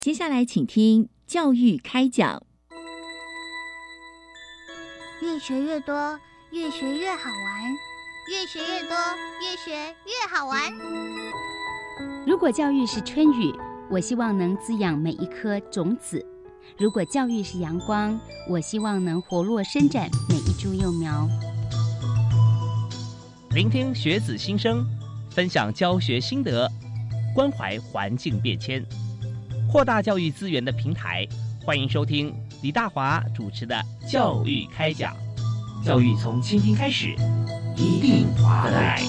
接下来请听教育开讲。 越学越多，越学越好玩，越学越多，越学越好玩。 如果教育是春雨，我希望能滋养每一颗种子；如果教育是阳光，我希望能活络伸展每一株幼苗。 聆听学子心声，分享教学心得，关怀环境变迁，扩大教育资源的平台。欢迎收听李大华主持的教育开讲。教育从倾听开始，一定划得来。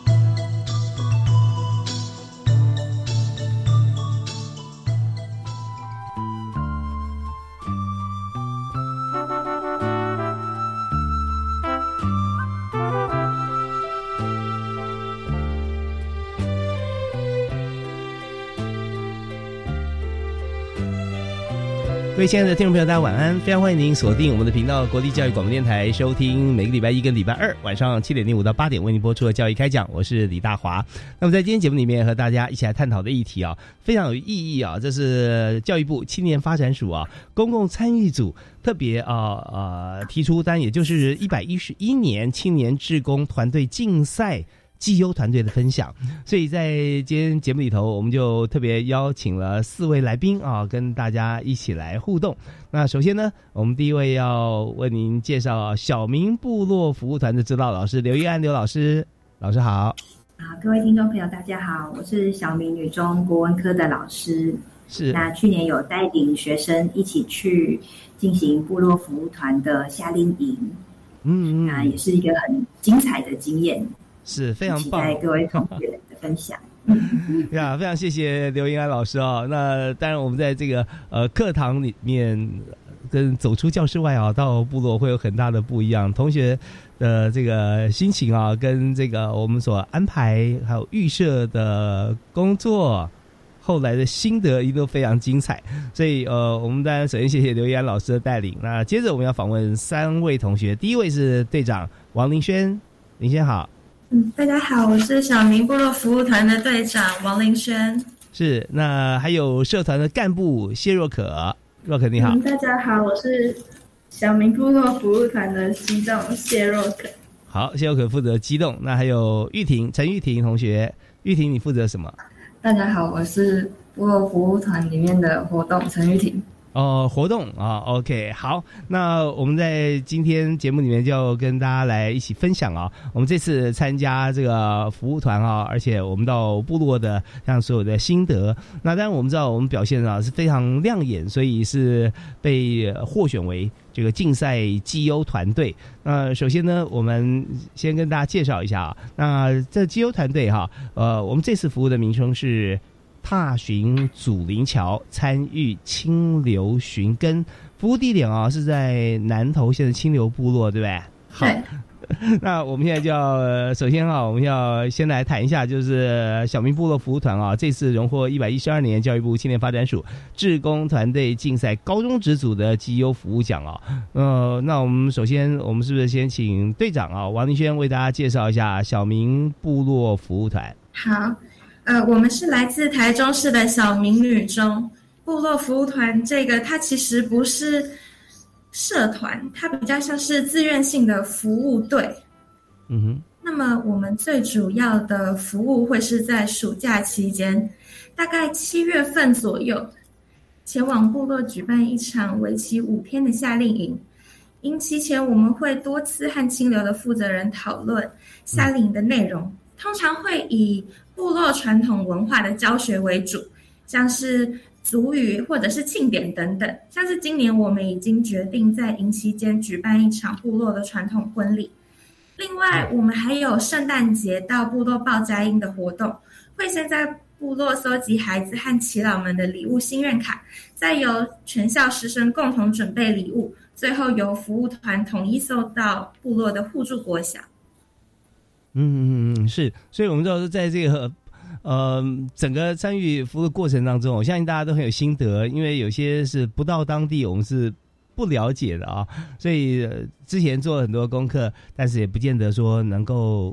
各位亲爱的听众朋友，大家晚安！非常欢迎您锁定我们的频道国立教育广播电台，收听每个礼拜一跟礼拜二晚上7:05到8点为您播出的教育开讲，我是李大华。那么在今天节目里面和大家一起来探讨的议题啊，非常有意义啊，这是教育部青年发展署啊公共参与组特别提出单，也就是111年青年志工团队竞赛绩优团队的分享。所以在今天节目里头，我们就特别邀请了4位来宾啊，跟大家一起来互动。那首先呢，我们第一位要为您介绍小民部落服务团的指导老师刘一安刘老师。老师好。 各位听众朋友大家好，我是小民女中国文科的老师。 是。 那去年有带领学生一起去进行部落服务团的夏令营，那也是一个很精彩的经验， 是非常棒， 期待各位同学的分享。 呀，非常谢谢刘英安老师哦。那当然，我们在这个课堂里面跟走出教室外啊，到部落会有很大的不一样。同学的这个心情啊，跟这个我们所安排还有预设的工作，后来的心得一都非常精彩。所以我们当然首先谢谢刘一安老师的带领。那接着我们要访问3位同学，第一位是队长王林轩，林轩好。 大家好，我是小民部落服务团的队长王林轩。 是，那还有社团的干部谢若可，若可你好。 大家好，我是小民部落服务团的机动谢若可。 好，谢若可负责机动。那还有陈玉婷同学，玉婷你负责什么？ 大家好，我是部落服务团里面的活动陈玉婷。 活动啊 ，OK， 好，那我们在今天节目里面就要跟大家来一起分享啊，我们这次参加这个服务团啊，而且我们到部落的像所有的心得。那当然我们知道我们表现啊是非常亮眼，所以是被获选为这个竞赛绩优团队。那首先呢，我们先跟大家介绍一下啊，那这绩优团队哈，我们这次服务的名称是踏寻祖灵桥，参与清流寻根。服务地点啊是在南投县的清流部落，对不对？好，那我们现在就要首先啊，我们要先来谈一下，就是小民部落服务团啊，这次荣获112年教育部青年发展署志工团队竞赛高中职组的绩优服务奖啊。那我们首先，我们是不是先请队长啊王林轩为大家介绍一下小民部落服务团？ 好。我们是来自台中市的小民女中部落服务团，这个它其实不是社团，它比较像是自愿性的服务队。那么我们最主要的服务会是在暑假期间，大概7月份左右，前往部落举办一场为期5天的夏令营。营期前我们会多次和清流的负责人讨论夏令营的内容，通常会以部落传统文化的教学为主，像是族语或者是庆典等等。像是今年我们已经决定在营期间举办一场部落的传统婚礼。另外我们还有圣诞节到部落报佳音的活动，会先在部落搜集孩子和耆老们的礼物心愿卡，再由全校师生共同准备礼物，最后由服务团统一送到部落的互助国小。 是，所以我们知道在这个整个参与服务的过程当中，我相信大家都很有心得，因为有些是不到当地我们是不了解的啊，所以之前做了很多功课，但是也不见得说能够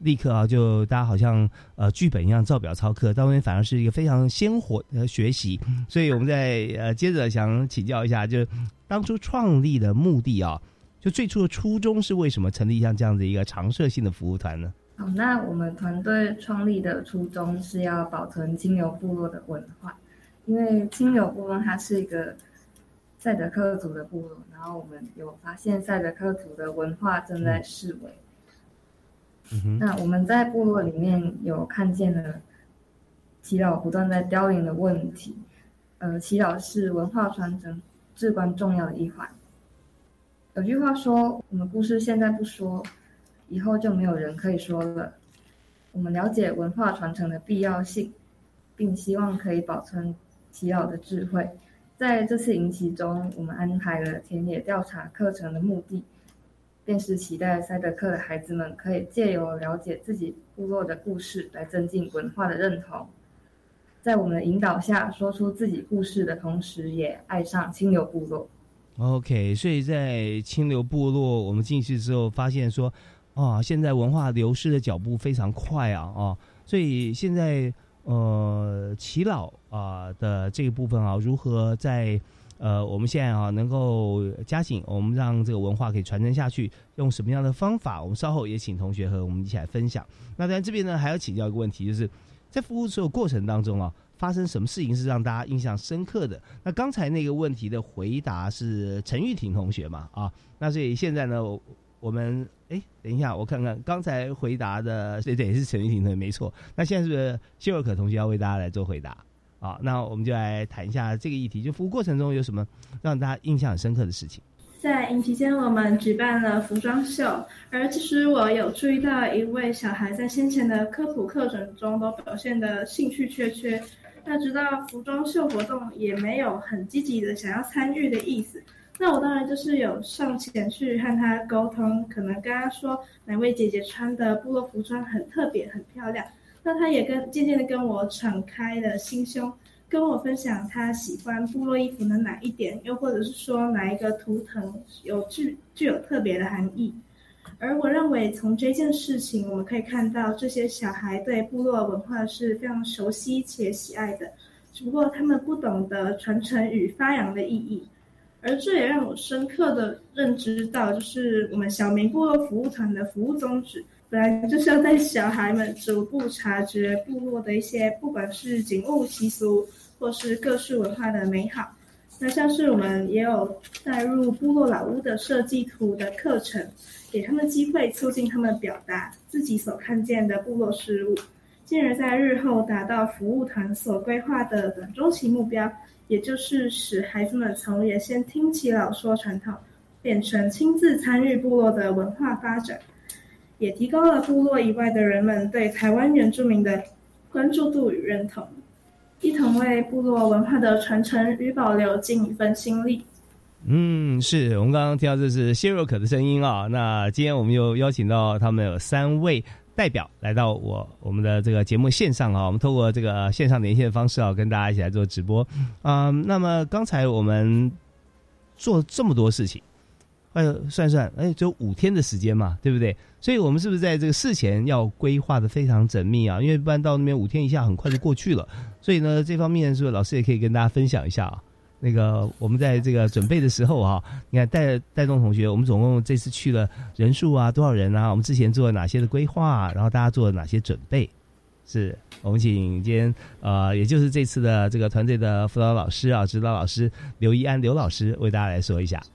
立刻啊就大家好像剧本一样照表操课，到那边反而是一个非常鲜活的学习。所以我们再接着想请教一下，就当初创立的目的啊，就最初的初衷是为什么成立像这样的一个常设性的服务团呢？ 好，那我们团队创立的初衷是要保存清流部落的文化，因为清流部落它是一个赛德克族的部落，然后我们有发现赛德克族的文化正在式微。那我们在部落里面有看见了祈祷不断在凋零的问题，祈祷是文化传承至关重要的一环。有句话说，我们故事现在不说，以后就没有人可以说了。我们了解文化传承的必要性，并希望可以保存祈祷的智慧。在这次营期中，我们安排了田野调查课程的目的，便是期待赛德克的孩子们可以借由了解自己部落的故事来增进文化的认同，在我们的引导下说出自己故事的同时也爱上清流部落。 OK， 所以在清流部落我们进去之后发现说现在文化流失的脚步非常快所以现在耆老的这个部分如何在我们现在能够加紧我们让这个文化可以传承下去，用什么样的方法，我们稍后也请同学和我们一起来分享。那在这边呢还要请教一个问题，就是在服务所有过程当中发生什么事情是让大家印象深刻的？那刚才那个问题的回答是陈玉婷同学嘛那所以现在呢我们等一下我看看刚才回答的对是陈玉婷同学没错。那现在是不是谢若可同学要为大家来做回答？那我们就来谈一下这个议题，就服务过程中有什么让大家印象很深刻的事情。 在营期间我们举办了服装秀，而其实我有注意到一位小孩在先前的科普课程中都表现得兴趣缺缺，那直到服装秀活动也没有很积极的想要参与的意思。那我当然就是有上前去和他沟通，可能跟他说哪位姐姐穿的部落服装很特别很漂亮，那他也渐渐的跟我敞开了心胸，跟我分享他喜欢部落衣服的哪一点，又或者是说哪一个图腾具有特别的含义。而我认为从这件事情我们可以看到，这些小孩对部落文化是非常熟悉且喜爱的，只不过他们不懂得传承与发扬的意义。而这也让我深刻的认知到，就是我们小民部落服务团的服务宗旨本来就是要带小孩们逐步察觉部落的一些不管是景物习俗或是各式文化的美好。那像是我们也有带入部落老屋的设计图的课程，给他们机会促进他们表达自己所看见的部落事物，进而在日后达到服务团所规划的短中期目标，也就是使孩子们从原先听耆老说传统变成亲自参与部落的文化发展，也提高了部落以外的人们对台湾原住民的关注度与认同，一同为部落文化的传承与保留尽一份心力。 是我们刚刚听到这是谢若可的声音那今天我们又邀请到他们有3位代表来到我们的这个节目线上我们透过这个线上连线的方式跟大家一起来做直播那么刚才我们做这么多事情算只有5天的时间嘛，对不对？所以我们是不是在这个事前要规划的非常缜密因为不然到那边5天一下很快就过去了。所以呢这方面是不是老师也可以跟大家分享一下那个我们在这个准备的时候你看带动同学，我们总共这次去了人数多少人我们之前做了哪些的规划，然后大家做了哪些准备。是我们请今天也就是这次的这个团队的辅导老师指导老师刘一安刘老师为大家来说一下。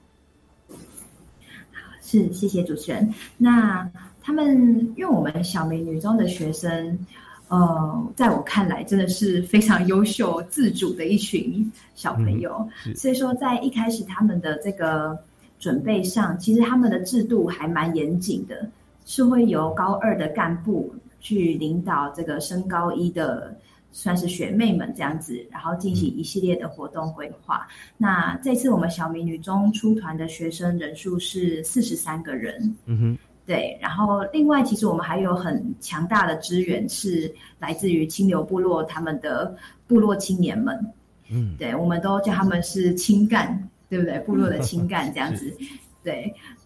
是，谢谢主持人。那他们因为我们小民女中的学生在我看来真的是非常优秀自主的一群小朋友所以说在一开始他们的这个准备上，其实他们的制度还蛮严谨的，是会由高2的干部去领导这个升高1的算是学妹们这样子，然后进行一系列的活动规划。那这次我们小民女中出团的学生人数是43个人对，然后另外其实我们还有很强大的资源是来自于清流部落他们的部落青年们对，我们都叫他们是青干，对不对？部落的青干这样子对，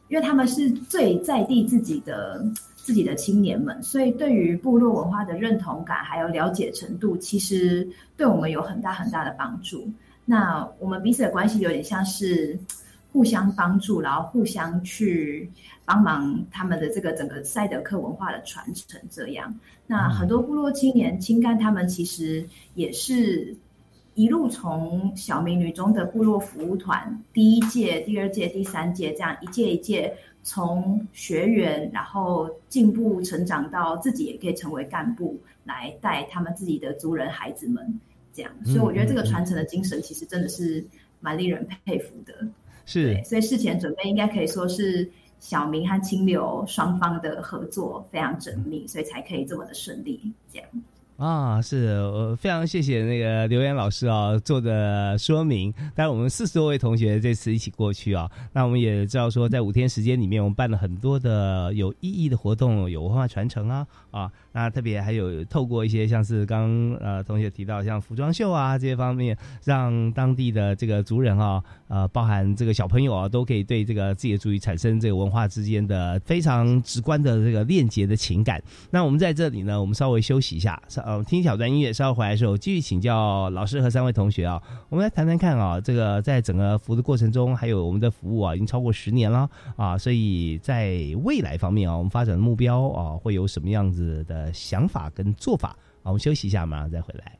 因为他们是最在地自己的青年们，所以对于部落文化的认同感还有了解程度，其实对我们有很大很大的帮助。那我们彼此的关系有点像是互相帮助，然后互相去帮忙他们的这个整个赛德克文化的传承这样。那很多部落青年青干他们其实也是一路从小民女中的部落服务团第一届、第二届、第三届这样一届一届从学员然后进步成长到自己也可以成为干部来带他们自己的族人孩子们这样。所以我觉得这个传承的精神其实真的是蛮令人佩服的。是，所以事前准备应该可以说是小民和清流双方的合作非常缜密，所以才可以这么的顺利这样。 啊，是，我非常谢谢那个刘岩老师啊做的说明。当然我们40多位同学这次一起过去啊，那我们也知道说在5天时间里面我们办了很多的有意义的活动，有文化传承啊，那特别还有透过一些像是刚同学提到像服装秀啊这些方面，让当地的这个族人包含这个小朋友都可以对这个自己的族语产生这个文化之间的非常直观的这个链结的情感。那我们在这里呢，我们稍微休息一下，听小段音乐，稍后回来的时候继续请教老师和3位同学我们来谈谈看这个在整个服务的过程中，还有我们的服务已经超过10年了所以在未来方面我们发展的目标会有什么样子的想法跟做法我们休息一下，马上再回来。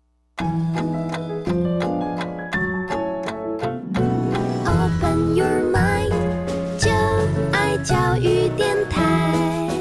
Open your mind， 就爱教育电台。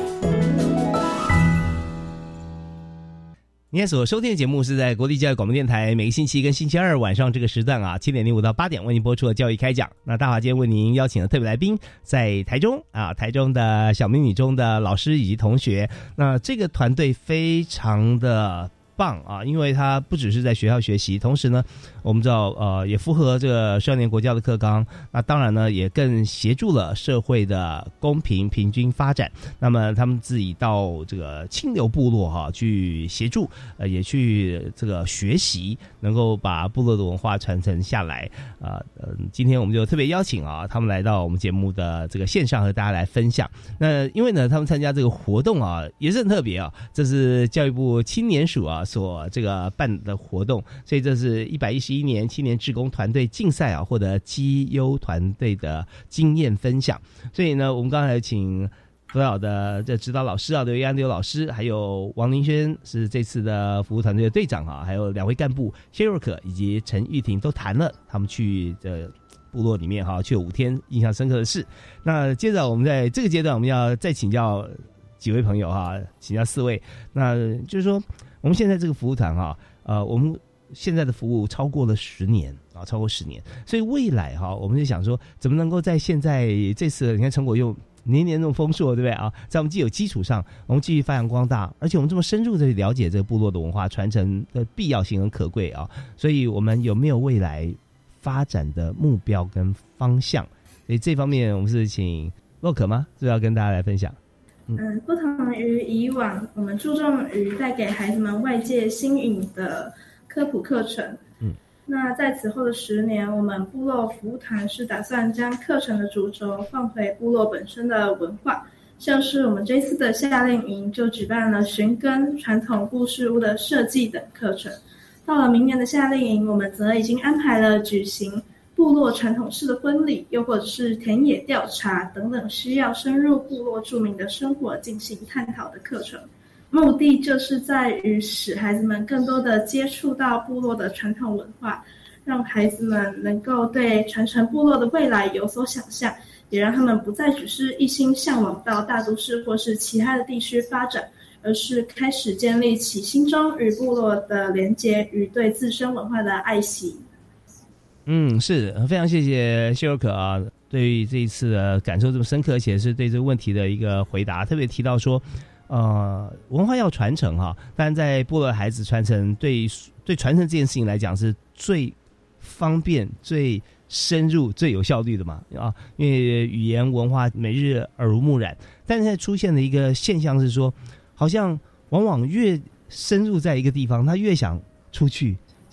你所收听的节目是在国立教育广播电台每个星期跟星期二晚上这个时段7点05到8点为您播出的教育开讲。那大华今天为您邀请的特别来宾在台中台中的小民女中的老师以及同学。那这个团队非常的棒因为他不只是在学校学习，同时呢我们知道也符合这个12年国教的课纲，那当然呢也更协助了社会的公平平均发展。那么他们自己到这个清流部落去协助也去这个学习，能够把部落的文化传承下来今天我们就特别邀请他们来到我们节目的这个线上和大家来分享。那因为呢他们参加这个活动也是很特别这是教育部青年署所这个办的活动，所以这是111年青年志工团队竞赛获得绩优团队的经验分享。所以呢我们刚才请所有的这指导老师刘一安刘老师，还有王林轩是这次的服务团队的队长还有2位干部谢若可以及陈玉婷都谈了他们去的部落里面去有5天印象深刻的事。那接着我们在这个阶段我们要再请教几位朋友请教4位。那就是说我们现在这个服务团我们现在的服务超过了10年超过10年，所以未来我们就想说怎么能够在现在这次你看成果又年年那种丰硕，对不对在我们既有基础上我们继续发扬光大，而且我们这么深入的了解这个部落的文化传承的必要性很可贵所以我们有没有未来发展的目标跟方向？所以这方面我们是请洛可吗？是不是要跟大家来分享？ 不同于以往，我们注重于带给孩子们外界新颖的科普课程。那在此后的10年，我们部落服务团是打算将课程的主轴放回部落本身的文化，像是我们这次的夏令营就举办了寻根、传统故事屋的设计等课程。到了明年的夏令营，我们则已经安排了举行部落传统式的婚礼，又或者是田野调查等等需要深入部落住民的生活进行探讨的课程，目的就是在于使孩子们更多的接触到部落的传统文化，让孩子们能够对传承部落的未来有所想象，也让他们不再只是一心向往到大都市或是其他的地区发展，而是开始建立起心中与部落的连结与对自身文化的爱惜。 是非常谢谢谢若可对于这一次的感受这么深刻，而且是对这个问题的一个回答，特别提到说文化要传承但在部落的孩子传承对传承这件事情来讲是最方便最深入最有效率的嘛因为语言文化每日耳濡目染，但是现在出现的一个现象是说好像往往越深入在一个地方他越想出去，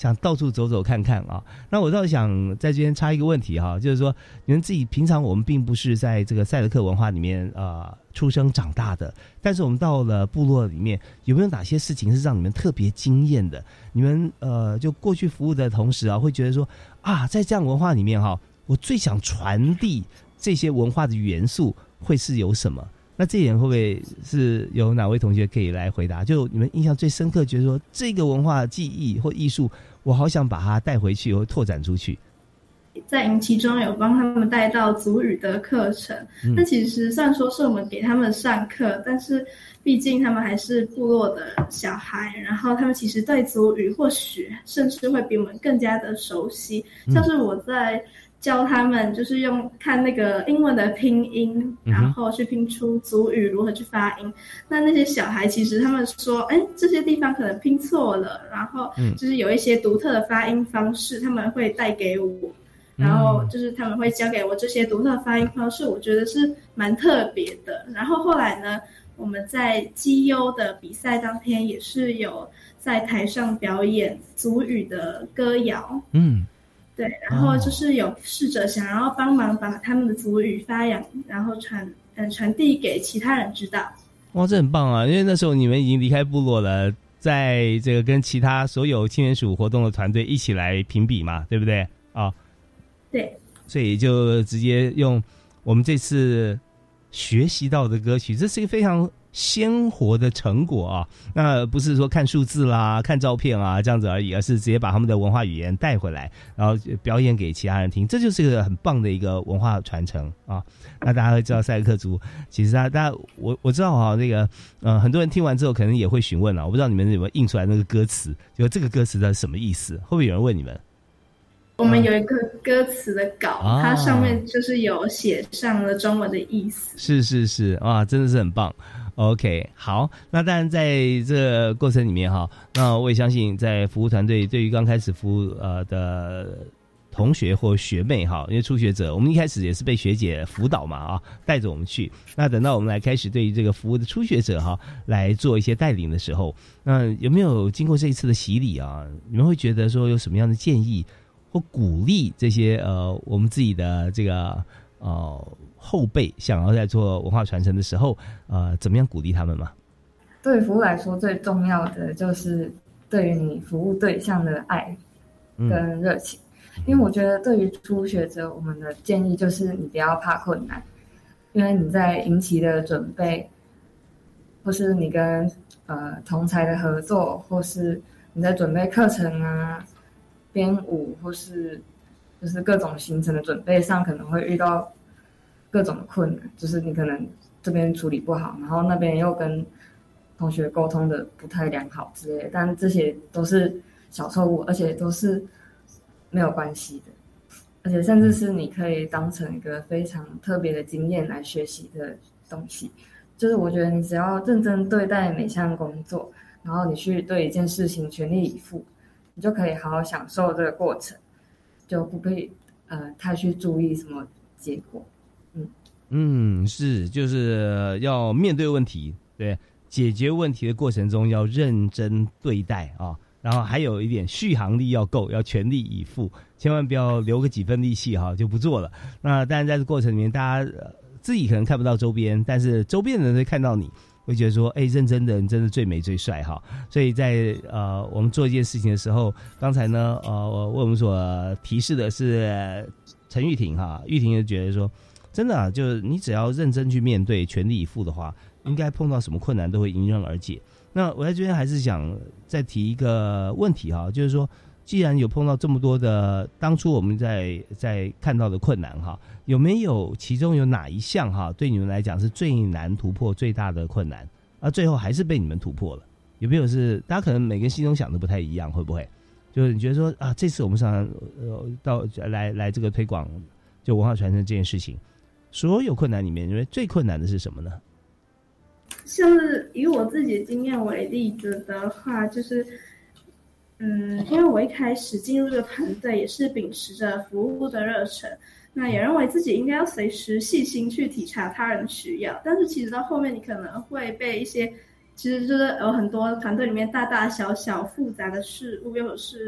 想到处走走看看啊。那我倒想在这边插一个问题哈，就是说你们自己平常我们并不是在这个赛德克文化里面出生长大的，但是我们到了部落里面，有没有哪些事情是让你们特别惊艳的？你们就过去服务的同时啊，会觉得说啊，在这样文化里面哈，我最想传递这些文化的元素会是有什么？那这一点会不会是有哪位同学可以来回答？就你们印象最深刻，觉得说这个文化技艺或艺术，我好想把它带回去或拓展出去。 在营期中有帮他们带到族语的课程，那其实虽然说是我们给他们上课，但是毕竟他们还是部落的小孩，然后他们其实对族语或许甚至会比我们更加的熟悉。像是我在教他们就是用看那个英文的拼音，然后去拼出族语如何去发音。那些小孩其实他们说这些地方可能拼错了，然后就是有一些独特的发音方式他们会带给我，然后就是他们会教给我这些独特发音方式，我觉得是蛮特别的。然后后来呢，我们在基优的比赛当天也是有在台上表演族语的歌谣，对，然后就是有试着想要帮忙把他们的族语发扬，然后传递给其他人知道。 哇，这很棒啊！因为那时候你们已经离开部落了，在这个跟其他所有青年署活动的团队一起来评比嘛，对不对？ 对， 所以就直接用我们这次学习到的歌曲，这是一个非常鲜活的成果啊！那不是说看数字啦、看照片啊这样子而已，而是直接把他们的文化语言带回来，然后表演给其他人听，这就是一个很棒的一个文化传承啊！那大家会知道赛德克族，其实大家我知道啊，那个很多人听完之后可能也会询问啊，我不知道你们有没有印出来那个歌词，就这个歌词的什么意思？会不会有人问你们？ 我们有一个歌词的稿，它上面就是有写上了中文的意思。是啊，真的是很棒。OK， 好，那当然在这个过程里面哈，那我也相信在服务团队对于刚开始服务的同学或学妹哈，因为初学者我们一开始也是被学姐辅导嘛啊，带着我们去。那等到我们来开始对于这个服务的初学者哈来做一些带领的时候，那有没有经过这一次的洗礼啊？你们会觉得说有什么样的建议或鼓励这些我们自己的这个后辈想要在做文化传承的时候怎么样鼓励他们嘛？ 对服务来说最重要的就是对于你服务对象的爱跟热情，因为我觉得对于初学者我们的建议就是你不要怕困难，因为你在营期的准备或是你跟同侪的合作，或是你在准备课程啊编舞或是就是各种行程的准备上可能会遇到各种的困难，就是你可能这边处理不好，然后那边又跟同学沟通的不太良好之类的，但这些都是小错误，而且都是没有关系的，而且甚至是你可以当成一个非常特别的经验来学习的东西。就是我觉得你只要认真对待每项工作，然后你去对一件事情全力以赴，你就可以好好享受这个过程，就不必太去注意什么结果。 是，就是要面对问题，对，解决问题的过程中要认真对待啊，然后还有一点续航力要够，要全力以赴，千万不要留个几分力气哈就不做了。那当然在这过程里面，大家自己可能看不到周边，但是周边的人会看到你，会觉得说认真的人真的最美最帅哈。所以在我们做一件事情的时候，刚才呢我为我们所提示的是陈玉婷哈，玉婷就觉得说真的就是你只要认真去面对，全力以赴的话，应该碰到什么困难都会迎刃而解。那我在这边还是想再提一个问题哈，就是说既然有碰到这么多的当初我们在看到的困难哈，有没有其中有哪一项哈对你们来讲是最难突破最大的困难，最后还是被你们突破了？有没有是大家可能每个人心中想的不太一样，会不会就是你觉得说这次我们想到来这个推广就文化传承这件事情，所有困难里面，因为最困难的是什么呢？ 像是以我自己的经验为例子的话，就是因为我一开始进入这个团队也是秉持着服务的热忱，那也认为自己应该要随时细心去体察他人的需要，但是其实到后面你可能会被一些其实就是有很多团队里面大大小小复杂的事物，又是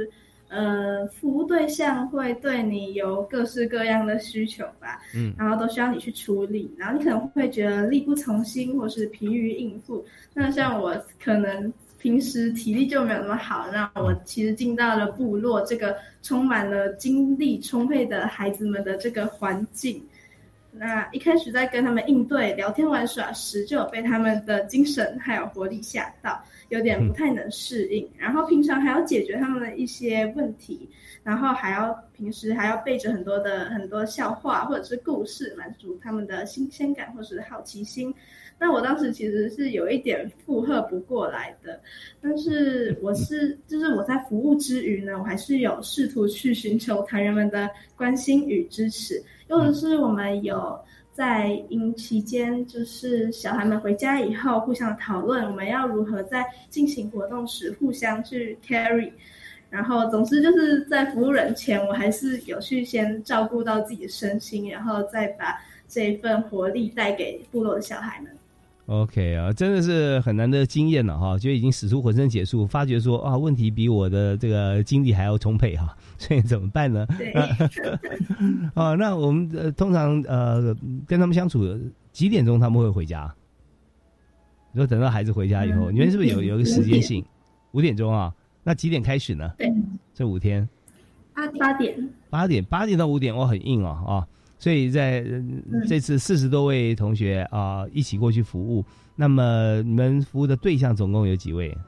服务对象会对你有各式各样的需求吧，然后都需要你去处理，然后你可能会觉得力不从心或是疲于应付。那像我可能平时体力就没有那么好，那我其实进到了部落这个充满了精力充沛的孩子们的这个环境，那一开始在跟他们应对聊天玩耍时，就有被他们的精神还有活力吓到，有点不太能适应，然后平常还要解决他们的一些问题，然后平时还要背着很多笑话或者是故事，满足他们的新鲜感或是好奇心。那我当时其实是有一点负荷不过来的，但是就是我在服务之余呢，我还是有试图去寻求团员们的关心与支持，或者是我们有在营期间，就是小孩们回家以后互相讨论我们要如何在进行活动时互相去 carry， 然后总之就是在服务人前，我还是有去先照顾到自己的身心，然后再把这一份活力带给部落的小孩们。 OK 啊，真的是很难得的经验了哈，就已经使出浑身解数，发觉说啊，问题比我的这个精力还要充沛哈，所以怎么办呢？ 对， 那我们通常跟他们相处几点钟他们会回家？你说等到孩子回家以后，你们是不是有一个时间性？5点钟啊？那几点开始呢？ 对， 这5天 8点到5点，哇，很硬啊。所以在这次40多位同学一起过去服务，那么你们服务的对象总共有几位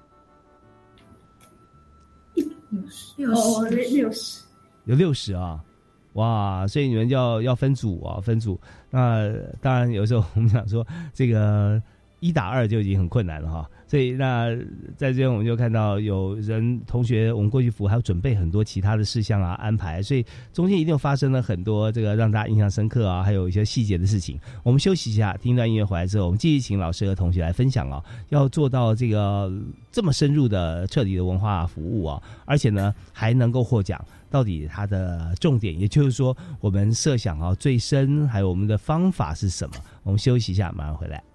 ？60 有60啊，哇！所以你们要分组啊，分组。那当然有时候我们想说这个1打2就已经很困难了哈，所以那在这边我们就看到有人同学我们过去服务还要准备很多其他的事项安排，所以中间一定发生了很多这个让大家印象深刻还有一些细节的事情。我们休息一下，听一段音乐回来之后，我们继续请老师和同学来分享要做到这个这么深入的彻底的文化服务而且呢还能够获奖，到底它的重点，也就是说我们设想最深还有我们的方法是什么。我们休息一下，马上回来。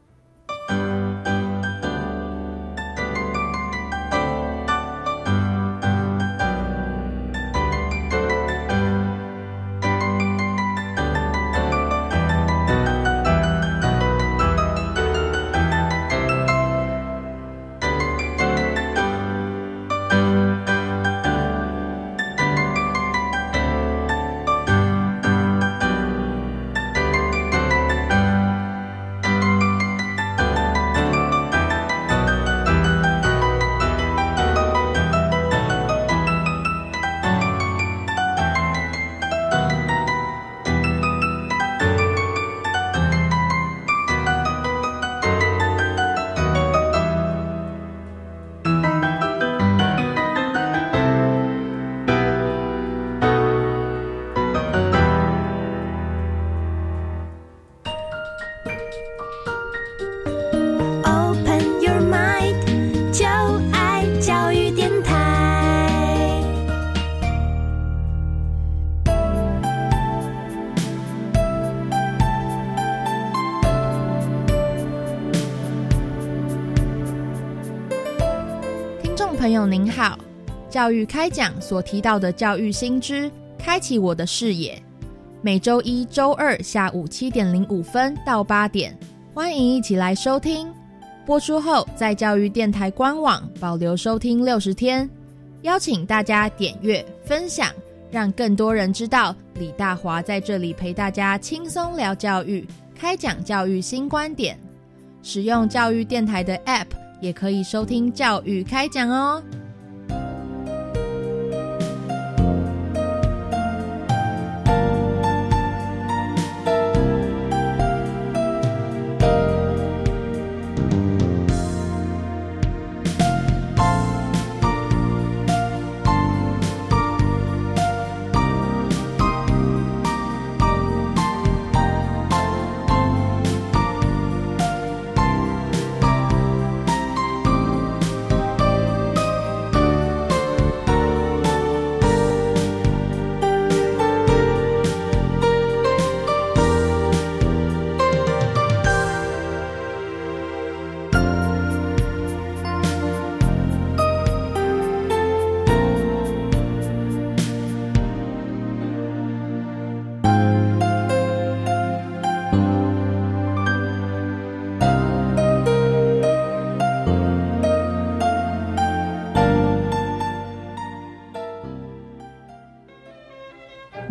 朋友您好，教育开讲所提到的教育新知，开启我的视野。每周一、周二下午7点05分到8点，欢迎一起来收听。播出后，在教育电台官网保留收听60天，邀请大家点阅分享，让更多人知道李大华在这里陪大家轻松聊教育，开讲教育新观点。使用教育电台的 App 也可以收听教育开讲哦。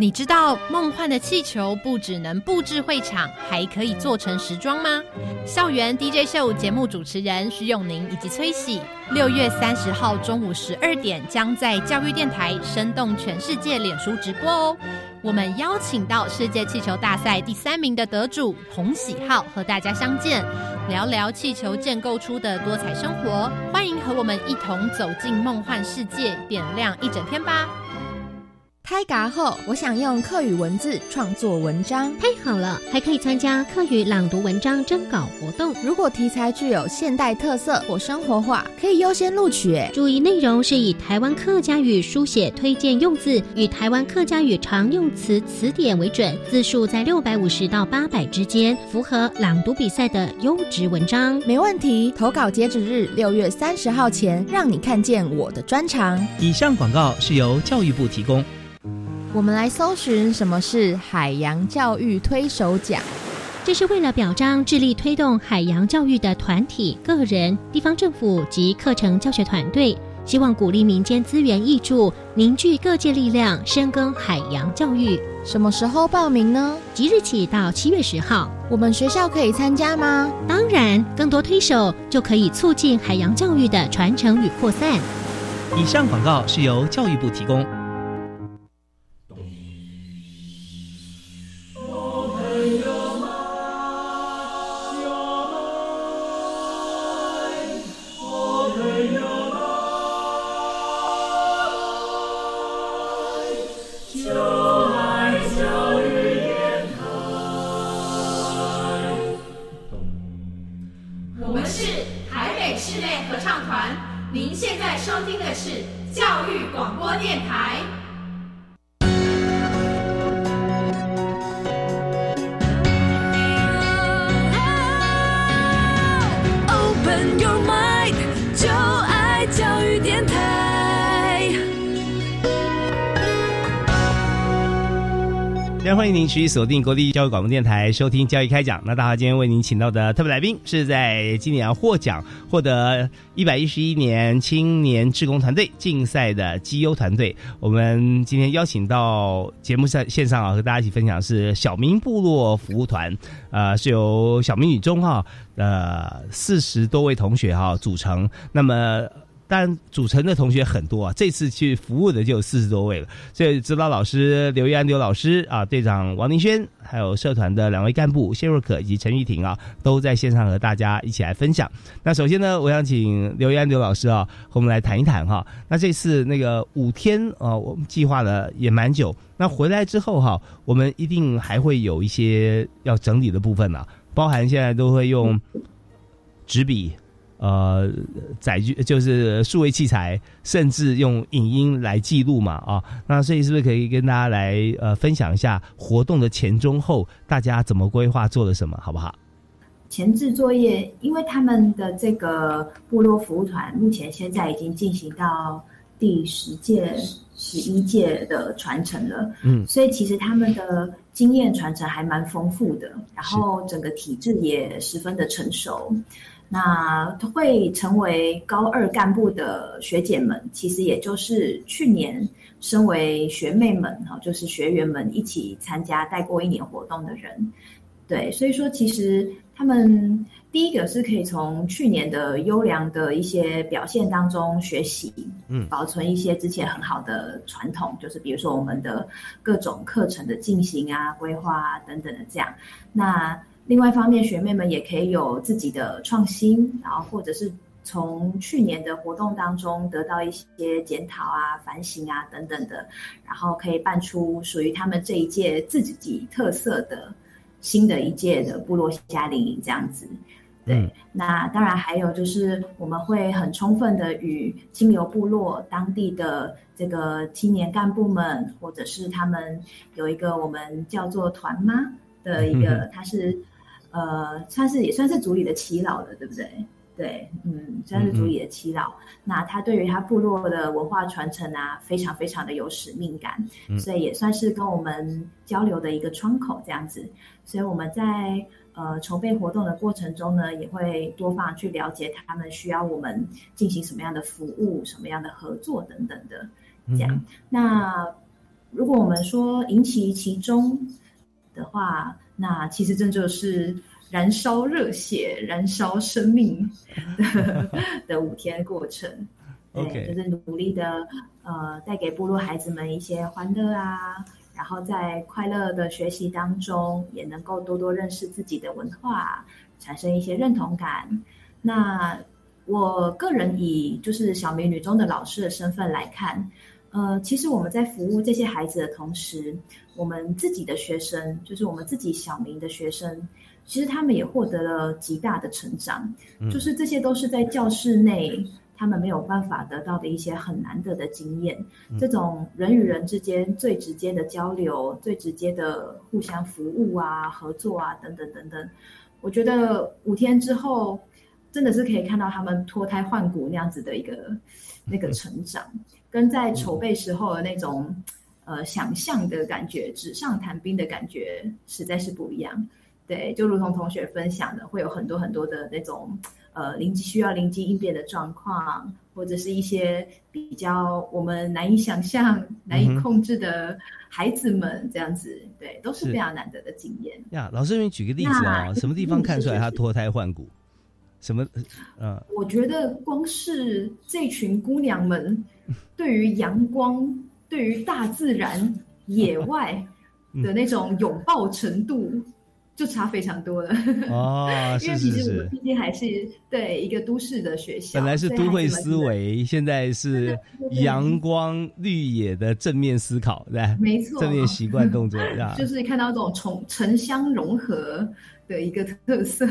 你知道梦幻的气球不只能布置会场，还可以做成时装吗？校园 DJ 秀节目主持人徐永宁以及崔喜，6月30号中午12点将在教育电台生动全世界脸书直播哦。我们邀请到世界气球大赛第3名的得主洪喜浩和大家相见，聊聊气球建构出的多彩生活。欢迎和我们一同走进梦幻世界，点亮一整天吧。 开嘎后，我想用客语文字创作文章。 太好了，还可以参加客语朗读文章征稿活动。 如果题材具有现代特色或生活化，可以优先录取。 注意内容是以台湾客家语书写推荐用字与台湾客家语常用词词典为准，字数在650到800之间，符合朗读比赛的优质文章。 没问题，投稿截止日6月30号前，让你看见我的专长。 以上广告是由教育部提供。 我们来搜寻什么是海洋教育推手奖。 这是为了表彰致力推动海洋教育的团体、个人、地方政府及课程教学团队，希望鼓励民间资源挹注，凝聚各界力量，深耕海洋教育。 什么时候报名呢？ 即日起到7月10号。 我们学校可以参加吗？ 当然，更多推手就可以促进海洋教育的传承与扩散。 以上广告是由教育部提供。 欢迎您持续锁定国立教育广播电台收听教育开讲。那大家今天为您请到的特别来宾是在今年获奖获得111年青年志工团队竞赛的绩优团队。我们今天邀请到节目线上和大家一起分享是小明部落服务团，是由小明女中40多位同学组成。那么但组成的同学很多啊，这次去服务的就有40多位了。所以指导老师刘一安刘老师队长王宁轩，还有社团的2位干部谢若可以及陈玉婷都在线上和大家一起来分享。那首先呢，我想请刘一安刘老师和我们来谈一谈那这次那个5天我们计划了也蛮久。那回来之后我们一定还会有一些要整理的部分包含现在都会用纸笔。载具就是数位器材，甚至用影音来记录嘛那所以是不是可以跟大家来分享一下活动的前中后，大家怎么规划，做了什么，好不好？ 前置作业，因为他们的这个部落服务团目前现在已经进行到第10届、11届的传承了，所以其实他们的经验传承还蛮丰富的，然后整个体制也十分的成熟。那会成为高2干部的学姐们，其实也就是去年身为学妹们就是学员们一起参加带过1年活动的人。对，所以说其实他们第一个是可以从去年的优良的一些表现当中学习，保存一些之前很好的传统，就是比如说我们的各种课程的进行规划等等的这样。那另外一方面，学妹们也可以有自己的创新，然后或者是从去年的活动当中得到一些检讨反省等等的，然后可以办出属于他们这一届自己特色的新的一届的部落夏令营这样子。对，那当然还有就是我们会很充分的与金流部落当地的这个青年干部们，或者是他们有一个我们叫做团妈的一个，他是也算是族里的耆老的，对不对？对，算是族里的耆老。那他对于他部落的文化传承非常非常的有使命感，所以也算是跟我们交流的一个窗口这样子。所以我们在筹备活动的过程中呢，也会多方去了解他们需要我们进行什么样的服务、什么样的合作等等的这样。那如果我们说迎其其中的话，那其实这就是燃烧热血、燃烧生命的5天过程。对，就是努力的带给部落孩子们一些欢乐啊，然后在快乐的学习当中，也能够多多认识自己的文化，产生一些认同感。那我个人以就是小民女中的老师的身份来看，其实我们在服务这些孩子的同时，我们自己的学生，就是我们自己小民的学生，其实他们也获得了极大的成长。就是这些都是在教室内他们没有办法得到的一些很难得的经验，这种人与人之间最直接的交流，最直接的互相服务啊、合作啊等等等等，我觉得5天之后真的是可以看到他们脱胎换骨那样子的一个那个成长，跟在筹备时候的那种想象的感觉、纸上谈兵的感觉实在是不一样。对，就如同同学分享的，会有很多很多的那种需要临机应变的状况，或者是一些比较我们难以想象、难以控制的孩子们这样子，对，都是非常难得的经验。 呀，老师，你举个例子啊，什么地方看出来他脱胎换骨？什么？ 我觉得光是这群姑娘们对于阳光、对于大自然、野外的那种拥抱程度，就差非常多了因为其实我们毕竟还是对一个都市的学校， 本来是都会思维，现在是阳光绿野的正面思考，对， 没错， 正面习惯动作就是看到这种城乡融合的一个特色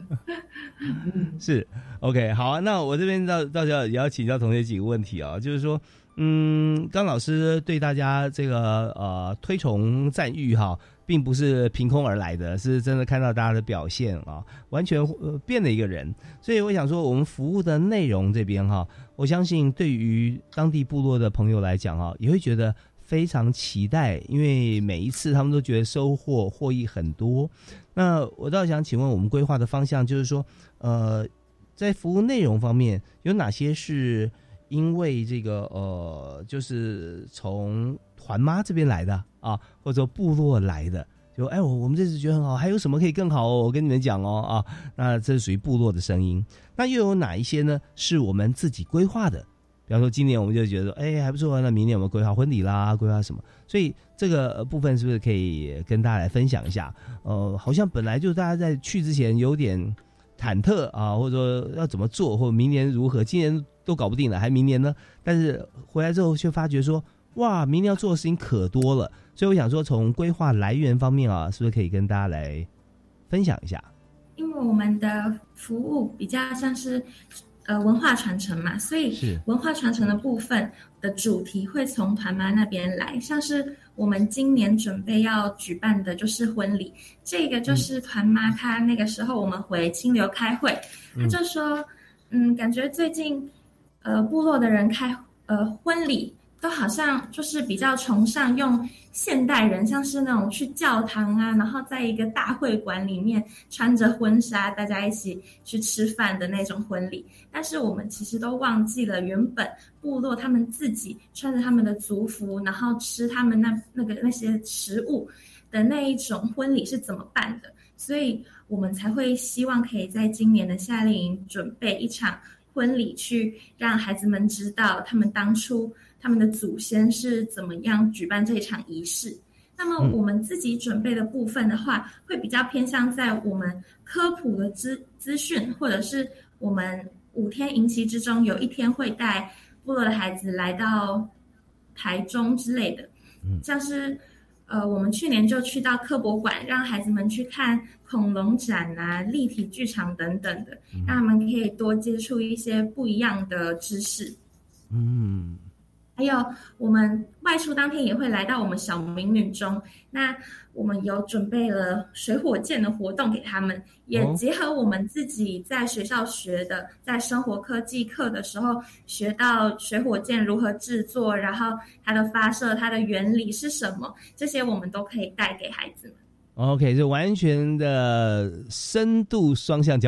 是 OK。 好啊，那我这边到时候也要请教同学几个问题啊，就是说刚老师对大家这个推崇赞誉哈，并不是凭空而来的，是真的看到大家的表现啊，完全变了一个人。所以我想说，我们服务的内容这边哈，我相信对于当地部落的朋友来讲哈，也会觉得非常期待，因为每一次他们都觉得获益很多。那我倒想请问，我们规划的方向就是说，在服务内容方面有哪些是因为这个就是从团妈这边来的啊，或者部落来的，就我们这次觉得很好，还有什么可以更好哦？我跟你们讲哦啊，那这是属于部落的声音。那又有哪一些呢是我们自己规划的？比方说今年我们就觉得还不错，那明年我们规划婚礼啦，规划什么？所以这个部分是不是可以跟大家来分享一下？好像本来就大家在去之前有点忐忑啊，或者说要怎么做，或者明年如何，今年都搞不定了，还明年呢？但是回来之后却发觉说，哇，明年要做的事情可多了。所以我想说，从规划来源方面啊，是不是可以跟大家来分享一下？ 因为我们的服务比较像是文化传承嘛，所以文化传承的部分的主题会从团妈那边来，像是我们今年准备要举办的就是婚礼，这个就是团妈她那个时候我们回清流开会，她就说感觉最近部落的人开婚礼都好像就是比较崇尚用现代人，像是那种去教堂啊，然后在一个大会馆里面穿着婚纱大家一起去吃饭的那种婚礼，但是我们其实都忘记了原本部落他们自己穿着他们的族服，然后吃他们那些食物的那一种婚礼是怎么办的，所以我们才会希望可以在今年的夏令营准备一场婚礼，去让孩子们知道他们当初他们的祖先是怎么样举办这一场仪式。那么我们自己准备的部分的话，会比较偏向在我们科普的资讯，或者是我们5天营期之中有1天会带部落的孩子来到台中之类的，像是我们去年就去到科博馆，让孩子们去看恐龙展啊、立体剧场等等的，让他们可以多接触一些不一样的知识。还有我们外出当天也会来到我们小民女中，那我们有准备了水火箭的活动给他们，也结合我们自己在学校学的，在生活科技课的时候学到水火箭如何制作，然后它的发射、它的原理是什么，这些我们都可以带给孩子们。 OK， 就完全的深度双向交流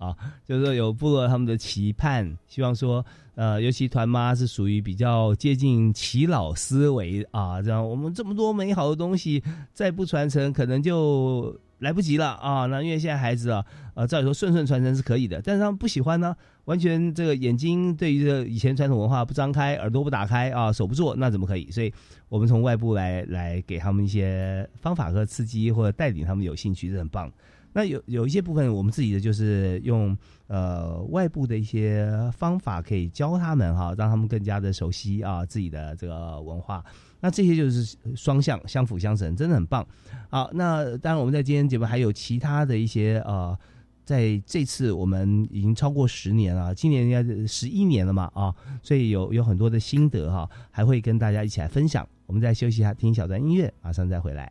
啊，就是说有部落他们的期盼，希望说尤其团妈是属于比较接近耆老思维啊，这样我们这么多美好的东西再不传承可能就来不及了啊。那因为现在孩子照理说顺传承是可以的，但是他们不喜欢呢，完全这个眼睛对于这个以前传统文化不张开，耳朵不打开啊，手不做，那怎么可以？所以我们从外部来给他们一些方法和刺激，或者带领他们有兴趣，这很棒。那有一些部分我们自己的就是用外部的一些方法可以教他们哈，让他们更加的熟悉啊自己的这个文化。那这些就是双向相辅相成，真的很棒。好，那当然我们在今天节目还有其他的一些在这次我们已经超过10年了，今年应该11年了嘛啊，所以有很多的心得哈，还会跟大家一起来分享。我们再休息一下，听一小段音乐，马上再回来。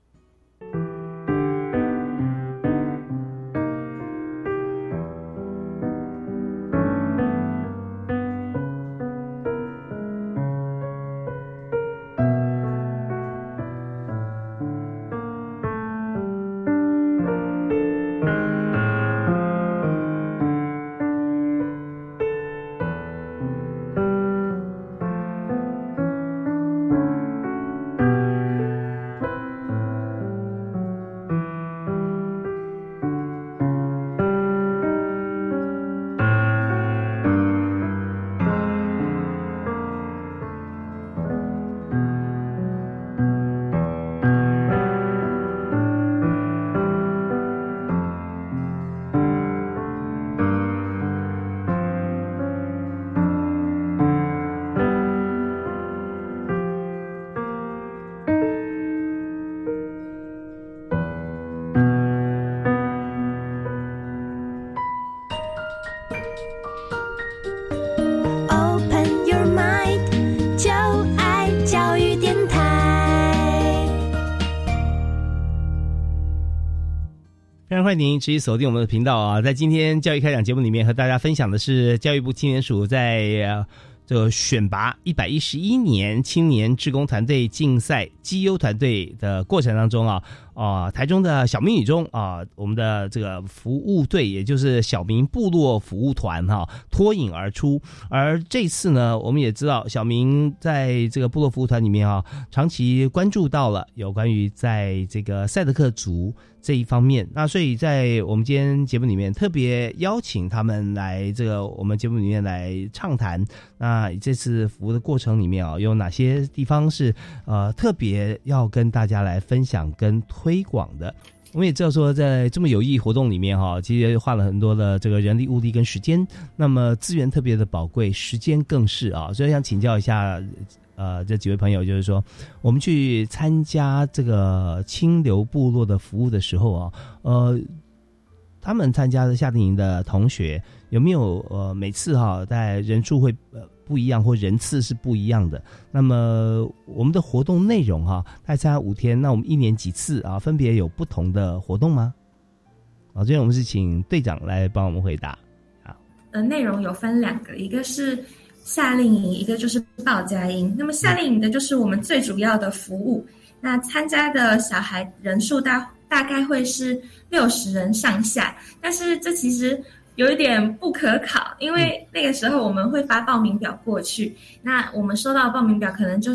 欢迎您持续锁定我们的频道啊！在今天教育开讲节目里面，和大家分享的是教育部青年署在这个选拔111年青年志工团队竞赛绩优团队的过程当中台中的小民女中我们的这个服务队，也就是小民部落服务团脱颖而出。而这次呢，我们也知道小民在这个部落服务团里面长期关注到了有关于在这个赛德克族这一方面，那所以在我们今天节目里面特别邀请他们来这个我们节目里面来畅谈。那这次服务的过程里面有哪些地方是特别要跟大家来分享跟推广的？我们也知道说，在这么有意义活动里面其实花了很多的这个人力物力跟时间，那么资源特别的宝贵，时间更是所以想请教一下这几位朋友，就是说我们去参加这个清流部落的服务的时候他们参加的夏令营的同学有没有每次在人数会不一样，或人次是不一样的？那么我们的活动内容大概参加5天，那我们1年几次分别有不同的活动吗？这边我们是请队长来帮我们回答。 内容有分2个，一个是夏令营，一个就是报佳音。那么夏令营的就是我们最主要的服务，那参加的小孩人数大概会是60人上下，但是这其实有一点不可考，因为那个时候我们会发报名表过去，那我们收到的报名表可能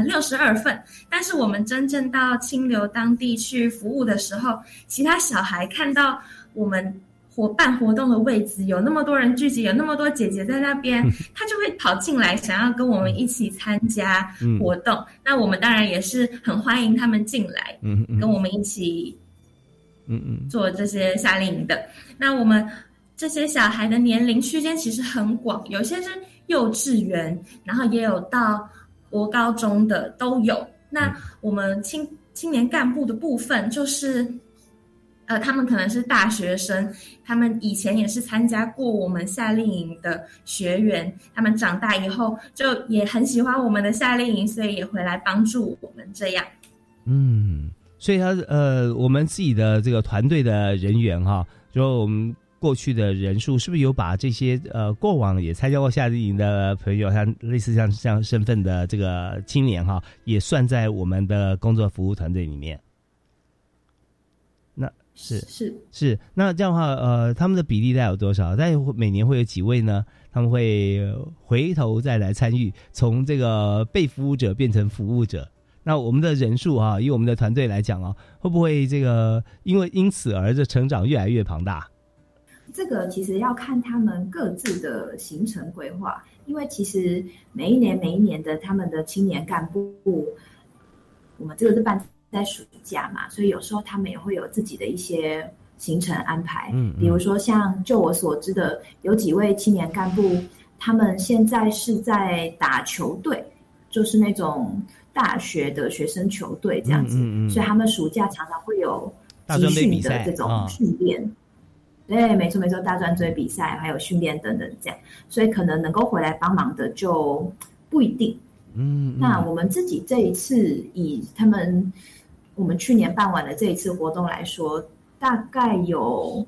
62份，但是我们真正到清流当地去服务的时候，其他小孩看到我们办活动的位置有那么多人聚集，有那么多姐姐在那边，他就会跑进来想要跟我们一起参加活动。那我们当然也是很欢迎他们进来跟我们一起做这些夏令营的。那我们这些小孩的年龄区间其实很广，有些是幼稚园，然后也有到国高中的都有。那我们青年干部的部分就是他们可能是大学生，他们以前也是参加过我们夏令营的学员，他们长大以后就也很喜欢我们的夏令营，所以也回来帮助我们这样。 所以我们自己的这个团队的人员就我们过去的人数是不是有把这些过往也参加过夏令营的朋友，像类似像身份的这个青年也算在我们的工作服务团队里面？ 那是，那这样的话，他们的比例大概有多少？大概每年会有几位呢？他们会回头再来参与，从这个被服务者变成服务者。那我们的人数啊，以我们的团队来讲啊，会不会这个因此而这成长越来越庞大？ 这个其实要看他们各自的行程规划，因为其实每一年的他们的青年干部，我们这个是办在暑假嘛，所以有时候他们也会有自己的一些行程安排。比如说像就我所知的，有几位青年干部，他们现在是在打球队，就是那种大学的学生球队这样子，所以他们暑假常常会有集训的这种训练。对，没错，大专队比赛还有训练等等这样，所以可能能够回来帮忙的就不一定。那我们自己这一次以我们去年办完的这一次活动来说，大概有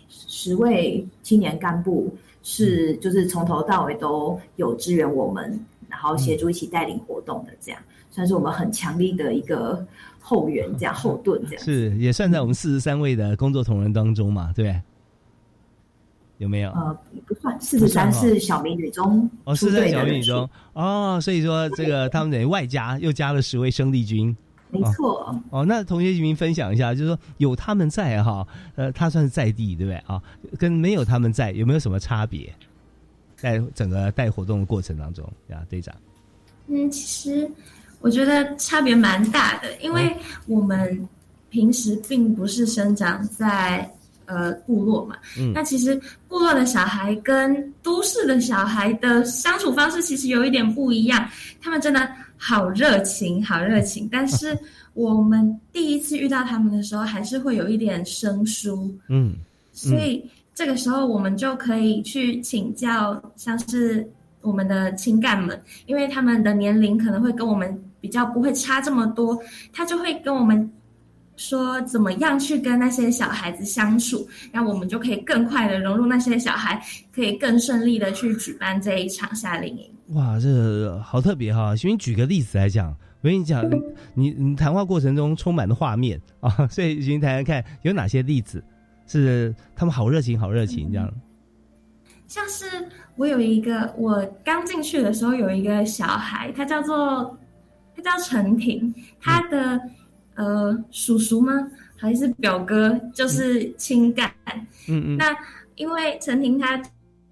10位青年干部就是从头到尾都有支援我们，然后协助一起带领活动的这样，算是我们很强力的一个后援这样后盾这样。是， 也算在我们43位的工作同仁当中嘛，对不对？有没有？ 不算，43是小民女中出队的人数。43小民女中所以说这个他们等于外加又加了10位生力军。 没错。 那同学们分享一下，就是说有他们在哈，他算是在地，对不对啊？跟没有他们在有没有什么差别？在整个带活动的过程当中呀，队长。 其实我觉得差别蛮大的，因为我们平时并不是生长在部落嘛，那其实部落的小孩跟都市的小孩的相处方式其实有一点不一样，他们真的好热情，但是我们第一次遇到他们的时候，还是会有一点生疏，所以这个时候我们就可以去请教，像是我们的青干们，因为他们的年龄可能会跟我们比较不会差这么多，他就会跟我们说怎么样去跟那些小孩子相处，然后我们就可以更快的融入那些小孩，可以更顺利的去举办这一场夏令营。 哇，这个好特别哈！请你举个例子来讲。我跟你讲，你谈话过程中充满了画面啊，所以请谈谈看有哪些例子是他们好热情这样。 像是我刚进去的时候有一个小孩，他叫陈婷，他的叔叔吗？还是表哥？就是青干。那因为陈婷他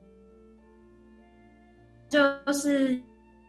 就是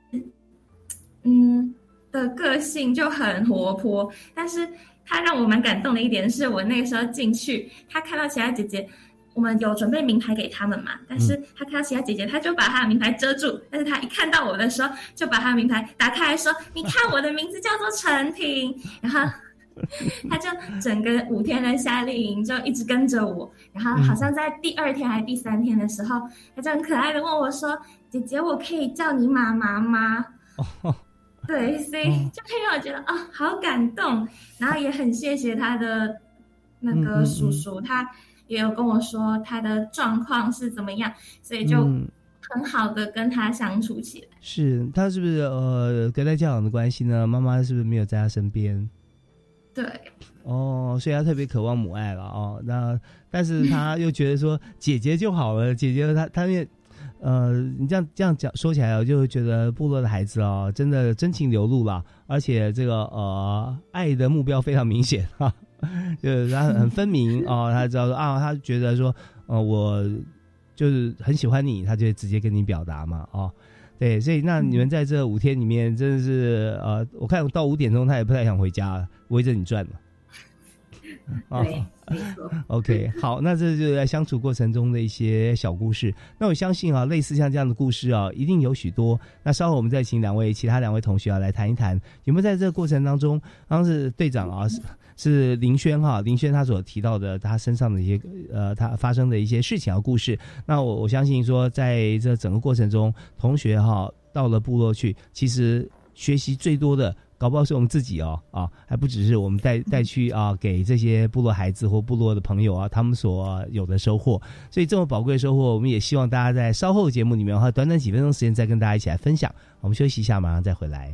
的个性就很活泼，但是他让我蛮感动的一点是，我那个时候进去，他看到其他姐姐，我们有准备名牌给他们嘛，但是他看到其他姐姐，他就把他的名牌遮住，但是他一看到我的时候，就把他的名牌打开来说：“你看我的名字叫做陈婷。”然后他就整个5天的夏令营就一直跟着我，然后好像在第2天还是第3天的时候，他就很可爱的问我说：“姐姐，我可以叫你妈妈吗？”对，所以就可以让我觉得好感动，然后也很谢谢他的那个叔叔，他也有跟我说他的状况是怎么样，所以就很好的跟他相处起来。 是他是不是隔代教养的关系呢？妈妈是不是没有在他身边？ 对。 所以他特别渴望母爱了那但是他又觉得说姐姐就好了，姐姐他因为你这样讲说起来，我就会觉得部落的孩子真的真情流露了，而且这个爱的目标非常明显就是他很分明他知道说他觉得说我就是很喜欢你，他就会直接跟你表达嘛对，所以那你们在这5天里面真的是我看到5点钟他也不太想回家了，围着你转了。 对，没错。 OK， 好，那这就是在相处过程中的一些小故事。那我相信类似像这样的故事一定有许多。那稍后我们再请其他两位同学来谈一谈，有没有在这个过程当中，当时队长是林轩林轩他所提到的他身上的一些他发生的一些事情故事。那我相信说，在这整个过程中，同学到了部落去，其实学习最多的。搞不好是我们自己还不只是我们带去给这些部落孩子或部落的朋友他们所有的收获。所以这么宝贵的收获，我们也希望大家在稍后的节目里面短短几分钟时间再跟大家一起来分享。我们休息一下，马上再回来。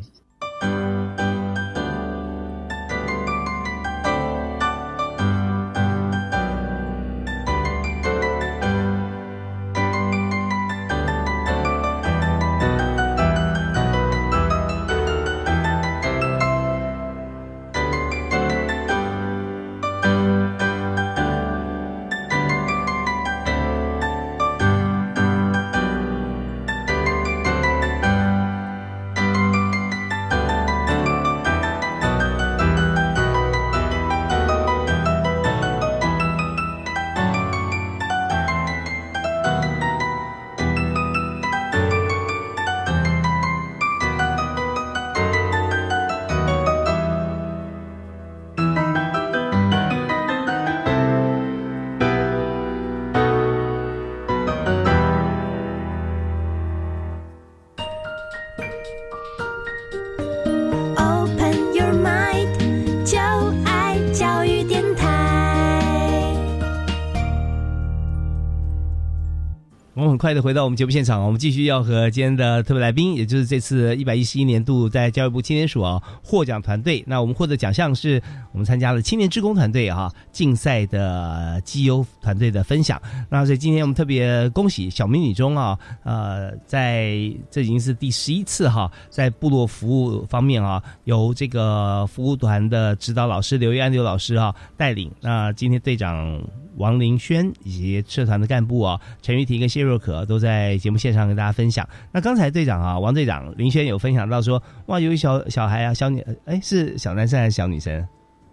我们很快的回到我们节目现场，我们继续要和今天的特别来宾，也就是这次111年度在教育部青年署获奖团队。那我们获得奖项是我们参加了青年志工团队竞赛的绩优团队的分享。那所以今天我们特别恭喜小民女中在这已经是第11次在部落服务方面由这个服务团的指导老师刘玉安刘老师带领。那今天队长王林轩以及社团的干部陈玉婷跟谢若可都在节目线上跟大家分享。那刚才队长王队长林轩有分享到说，哇，有一小孩小女是小男生还是小女生？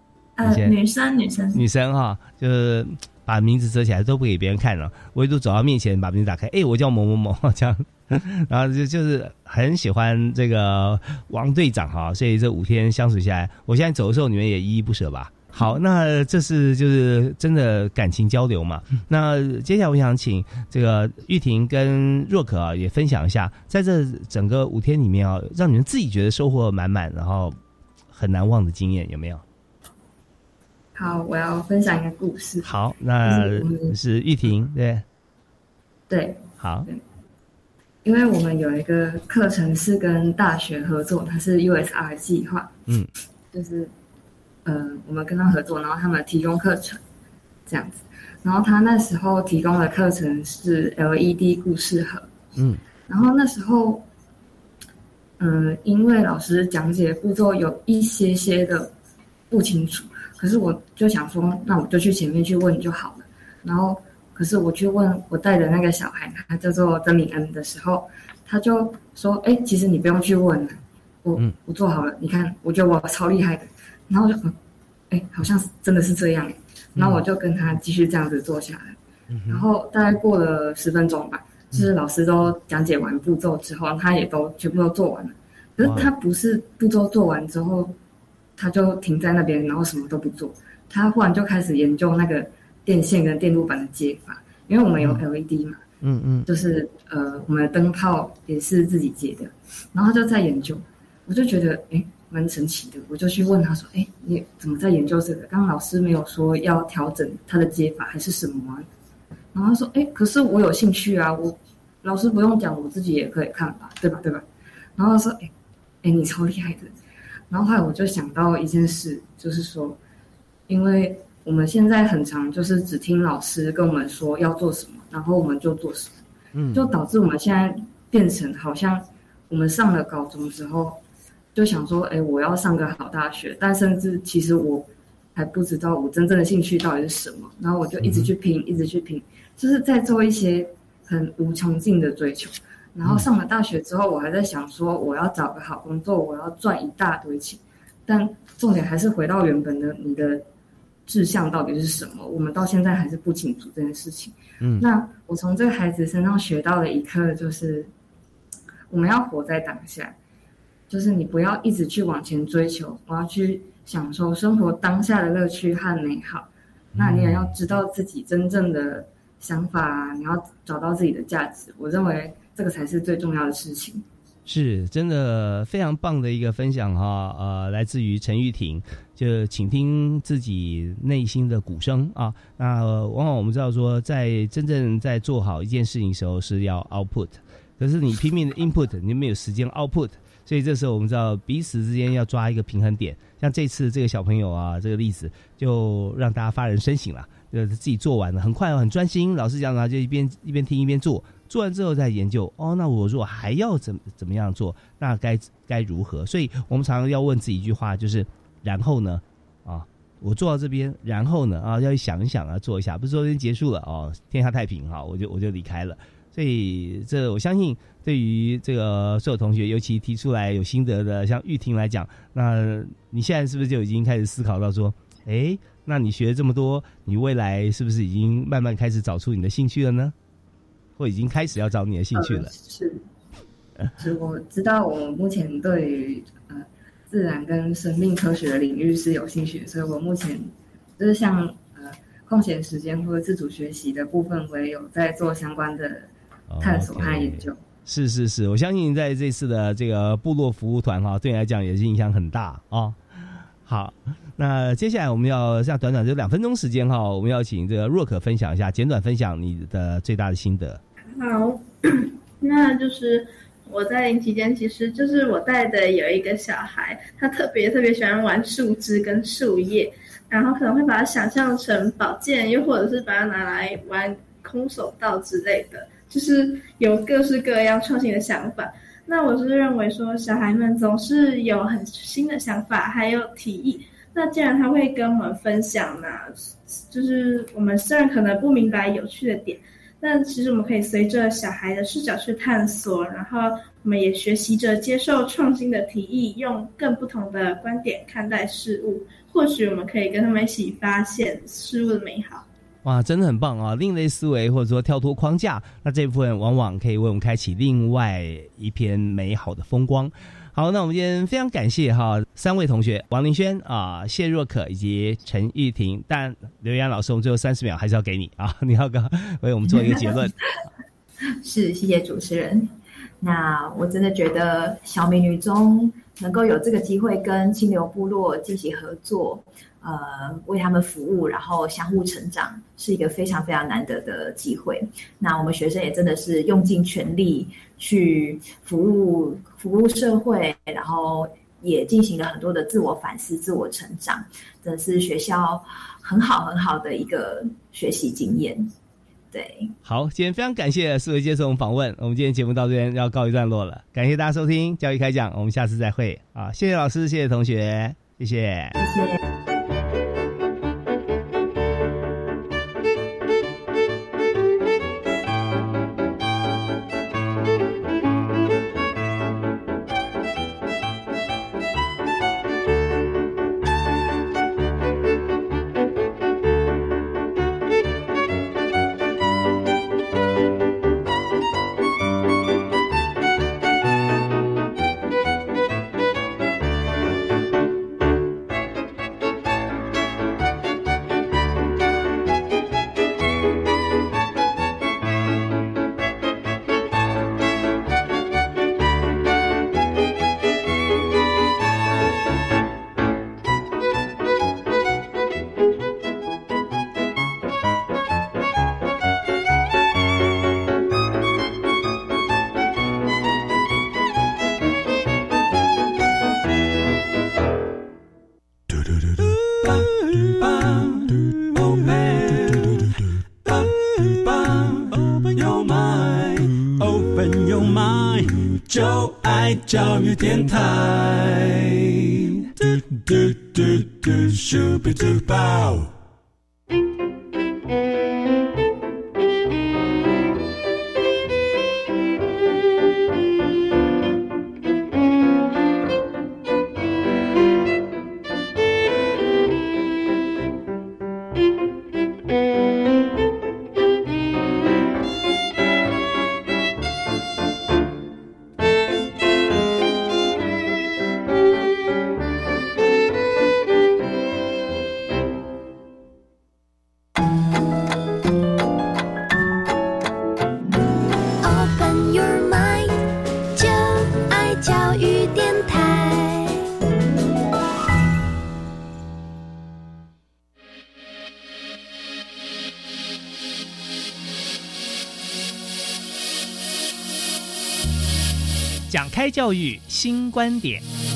女生就是把名字折起来都不给别人看了，唯独走到面前把名字打开，我叫某某某这样。然后就是很喜欢这个王队长所以这5天相处下来，我现在走的时候你们也依依不舍吧？好，那这是就是真的感情交流嘛。那接下来我想请这个玉婷跟若可也分享一下，在这整个5天里面让你们自己觉得收获满满，然后很难忘的经验有没有？ 好，我要分享一个故事。 好，那是玉婷， 对， 好。 因为我们有一个课程是跟大学合作，它是 USR 计划，就是我们跟他合作，然后他们提供课程这样子。然后他那时候提供的课程是 LED 故事盒，然后那时候因为老师讲解步骤有一些的不清楚，可是我就想说，那我就去前面去问就好了。然后可是我去问我带的那个小孩，他叫做曾敏恩的时候，他就说其实你不用去问了，我做好了，你看我觉得我超厉害的。然后我就好像真的是这样然后我就跟他继续这样子做下来，然后大概过了10分钟吧，就是老师都讲解完步骤之后，他也都全部都做完了。可是他不是步骤做完之后他就停在那边，然后什么都不做，他忽然就开始研究那个电线跟电路板的接法，因为我们有 LED 嘛，就是我们的灯泡也是自己接的，然后他就在研究，我就觉得蛮神奇的，我就去问他说，你怎么在研究这个？刚刚老师没有说要调整他的接法还是什么然后他说，可是我有兴趣啊，老师不用讲，我自己也可以看吧，对吧？然后他说，你超厉害的。然后后来我就想到一件事，就是说，因为我们现在很常就是只听老师跟我们说要做什么，然后我们就做什么，就导致我们现在变成好像我们上了高中之后就想说我要上个好大学，但甚至其实我还不知道我真正的兴趣到底是什么，然后我就一直去拼，就是在做一些很无穷尽的追求。然后上了大学之后，我还在想说我要找个好工作，我要赚一大堆钱，但重点还是回到原本的你的志向到底是什么，我们到现在还是不清楚这件事情。那我从这个孩子身上学到的一课就是我们要活在当下，就是你不要一直去往前追求，我要去享受生活当下的乐趣和美好。那你也要知道自己真正的想法你要找到自己的价值，我认为这个才是最重要的事情。 是真的非常棒的一个分享来自于陈玉婷，就倾听自己内心的鼓声那往往我们知道说，在真正在做好一件事情的时候是要 output， 可是你拼命的 input， 你没有时间 output， 所以这时候我们知道彼此之间要抓一个平衡点。像这次这个小朋友这个例子就让大家发人深省了，自己做完了很快很专心，老师讲就一边听一边做完之后再研究那我如果还要怎么样做，那该如何？所以我们常常要问自己一句话，就是然后呢我做到这边，然后呢要想一想做一下，不是说今天结束了天下太平我就离开了。所以这我相信对于这个所有同学，尤其提出来有心得的像玉婷来讲，那你现在是不是就已经开始思考到说那你学了这么多，你未来是不是已经慢慢开始找出你的兴趣了呢？或已经开始要找你的兴趣了？ 是我知道我目前对于自然跟生命科学的领域是有兴趣的，所以我目前就是像空闲时间或者自主学习的部分，我也有在做相关的探索和研究。 是，我相信在这次的这个部落服务团对你来讲也是影响很大好，那接下来我们要像短短就2分钟时间我们要请这个若可分享一下，简短分享你的最大的心得。 好，那就是我在营期间，其实就是我带的有一个小孩，他特别喜欢玩树枝跟树叶，然后可能会把它想象成宝剑，又或者是把它拿来玩空手道之类的，就是有各式各样创新的想法。那我是认为说，小孩们总是有很新的想法，还有提议。那既然他会跟我们分享呢，就是我们虽然可能不明白有趣的点，但其实我们可以随着小孩的视角去探索，然后我们也学习着接受创新的提议，用更不同的观点看待事物，或许我们可以跟他们一起发现事物的美好。 哇，真的很棒啊！另类思维或者说跳脱框架，那这部分往往可以为我们开启另外一片美好的风光。好，那我们今天非常感谢三位同学，王林轩谢若可以及陈玉婷。但刘洋老师，我们最后30秒还是要给你你要为我们做一个结论。 是，谢谢主持人。那我真的觉得小美女中能够有这个机会跟清流部落进行合作，为他们服务，然后相互成长，是一个非常非常难得的机会。那我们学生也真的是用尽全力去服务社会，然后也进行了很多的自我反思、自我成长，真的是学校很好的一个学习经验。对， 好，今天非常感谢4位接受我们访问，我们今天节目到这边要告一段落了，感谢大家收听教育开讲，我们下次再会谢谢老师，谢谢同学，谢谢， 谢谢。 教育电台， 讲开教育新观点。